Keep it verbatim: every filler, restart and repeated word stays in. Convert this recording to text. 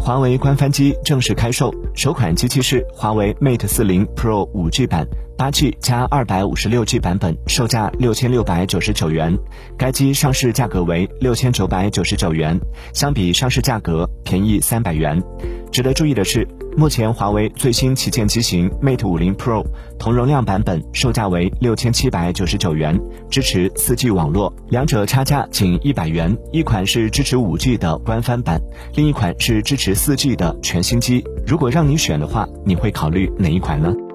华为官方机正式开售，首款机器是华为 Mate 四十 Pro 五 G 版，八 G 加二百五十六 G 版本，售价六千六百九十九元。该机上市价格为六千九百九十九元，相比上市价格便宜三百元。值得注意的是，目前华为最新旗舰机型 Mate 五十 Pro 同容量版本售价为六千七百九十九元，支持 四 G 网络，两者差价仅一百元，一款是支持 五 G 的官方版，另一款是支持 四 G 的全新机。如果让你选的话，你会考虑哪一款呢？